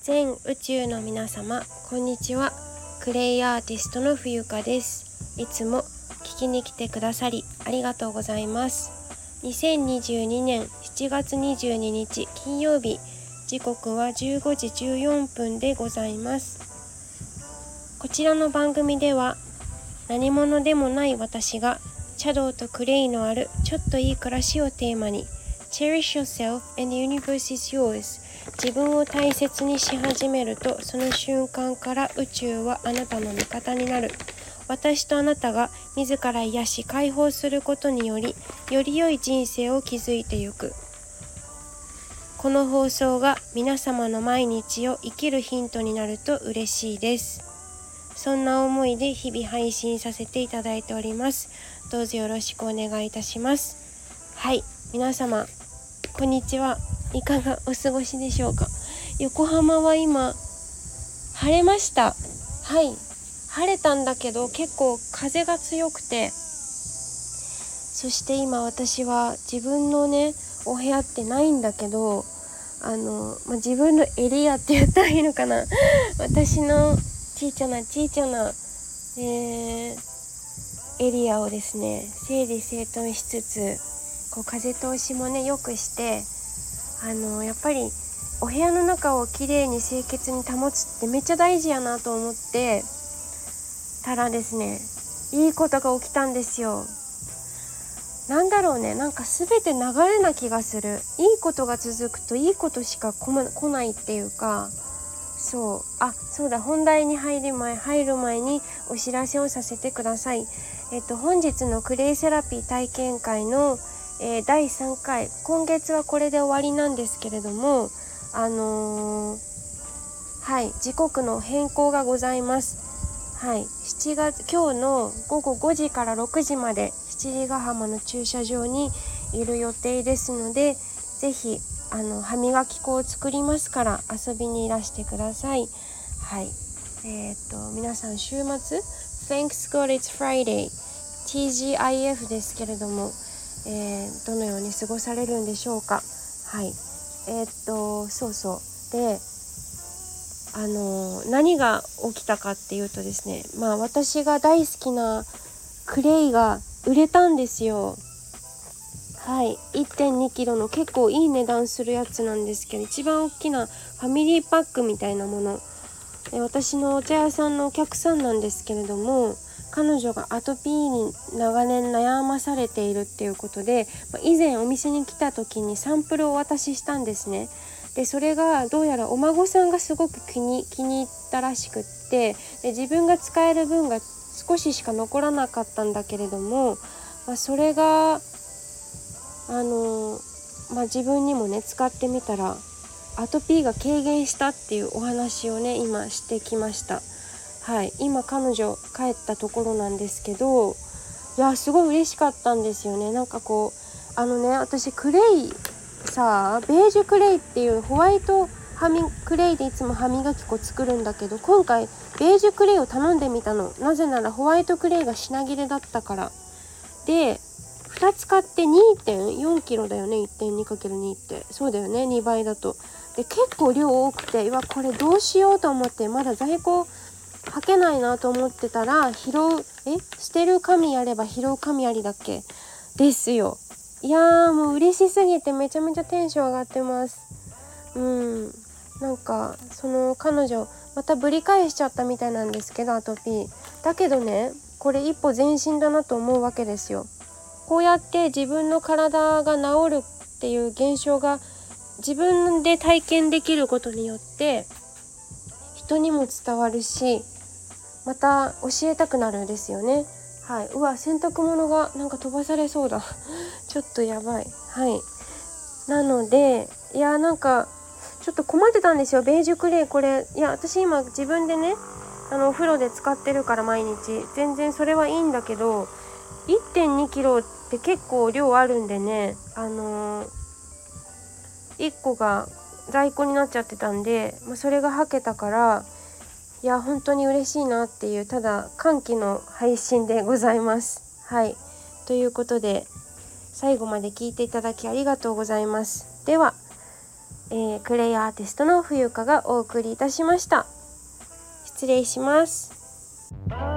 全宇宙の皆様、こんにちは。クレイアーティストの冬香です。いつも聞きに来てくださりありがとうございます。2022年7月22日金曜日、時刻は15時14分でございます。こちらの番組では、何者でもない私が茶道とクレイのあるちょっといい暮らしをテーマに Cherish yourself and the universe is yours。 自分を大切にし始めると、その瞬間から宇宙はあなたの味方になる。私とあなたが自ら癒し解放することにより、より良い人生を築いてゆく。この放送が皆様の毎日を生きるヒントになると嬉しいです。そんな思いで日々配信させていただいております。どうぞよろしくお願いいたします。はい、皆様こんにちは。いかがお過ごしでしょうか。横浜は今晴れました。はい、晴れたんだけど結構風が強くて、そして今私は自分のねお部屋ってないんだけど、自分のエリアって言ったらいいのかな私の小さな、エリアをですね整理整頓しつつ、こう風通しもねよくして、やっぱりお部屋の中をきれいに清潔に保つってめっちゃ大事やなと思ってたらですね、いいことが起きたんですよ。なんだろうね、なんか全て流れな気がする。いいことが続くといいことしか来ないっていうか、そうだ、本題に入る前にお知らせをさせてください。本日のクレイセラピー体験会の、第3回、今月はこれで終わりなんですけれども、時刻の変更がございます。今日の午後5時から6時まで七里ヶ浜の駐車場にいる予定ですので、ぜひ歯磨き粉を作りますから遊びにいらしてください。はい、皆さん週末 Thanks God It's Friday TGIF ですけれども、どのように過ごされるんでしょうか。はい、で何が起きたかっていうとですね、私が大好きなクレイが売れたんですよ。はい、1.2 キロの結構いい値段するやつなんですけど、一番大きなファミリーパックみたいなもの、私のお茶屋さんのお客さんなんですけれども、彼女がアトピーに長年悩まされているっていうことで、以前お店に来た時にサンプルをお渡ししたんですね。でそれがどうやらお孫さんがすごく気に入ったらしくって、で自分が使える分が少ししか残らなかったんだけれども、それが自分にもね使ってみたらアトピーが軽減したっていうお話をね今してきました。はい、今彼女帰ったところなんですけど、いやすごい嬉しかったんですよね。なんかこう私クレイベージュクレイっていうホワイトクレイでいつも歯磨き粉作るんだけど、今回ベージュクレイを頼んでみたの。なぜならホワイトクレイが品切れだったから。で2つ買って 2.4 キロだよね。 1.2×2 ってそうだよね、2倍だと。で結構量多くて、これどうしようと思って、まだ在庫はけないなと思ってたら、捨てる神あれば拾う神ありだっけですよ。いやもう嬉しすぎてめちゃめちゃテンション上がってます。なんかその彼女またぶり返しちゃったみたいなんですけど、アトピーだけどね、これ一歩前進だなと思うわけですよ。こうやって自分の体が治るっていう現象が自分で体験できることによって人にも伝わるし、また教えたくなるんですよね。はい、うわ洗濯物がなんか飛ばされそうだちょっとやばい。はい、なのでなんかちょっと困ってたんですよ。ベージュクレイ、これ私今自分でねお風呂で使ってるから毎日全然それはいいんだけど、 1.2 キロって結構量あるんでね、1個が在庫になっちゃってたんで、それがはけたから、本当に嬉しいなっていう、ただ歓喜の配信でございます。はい、ということで最後まで聞いていただきありがとうございます。ではクレイアーティストの冬香がお送りいたしました。失礼します。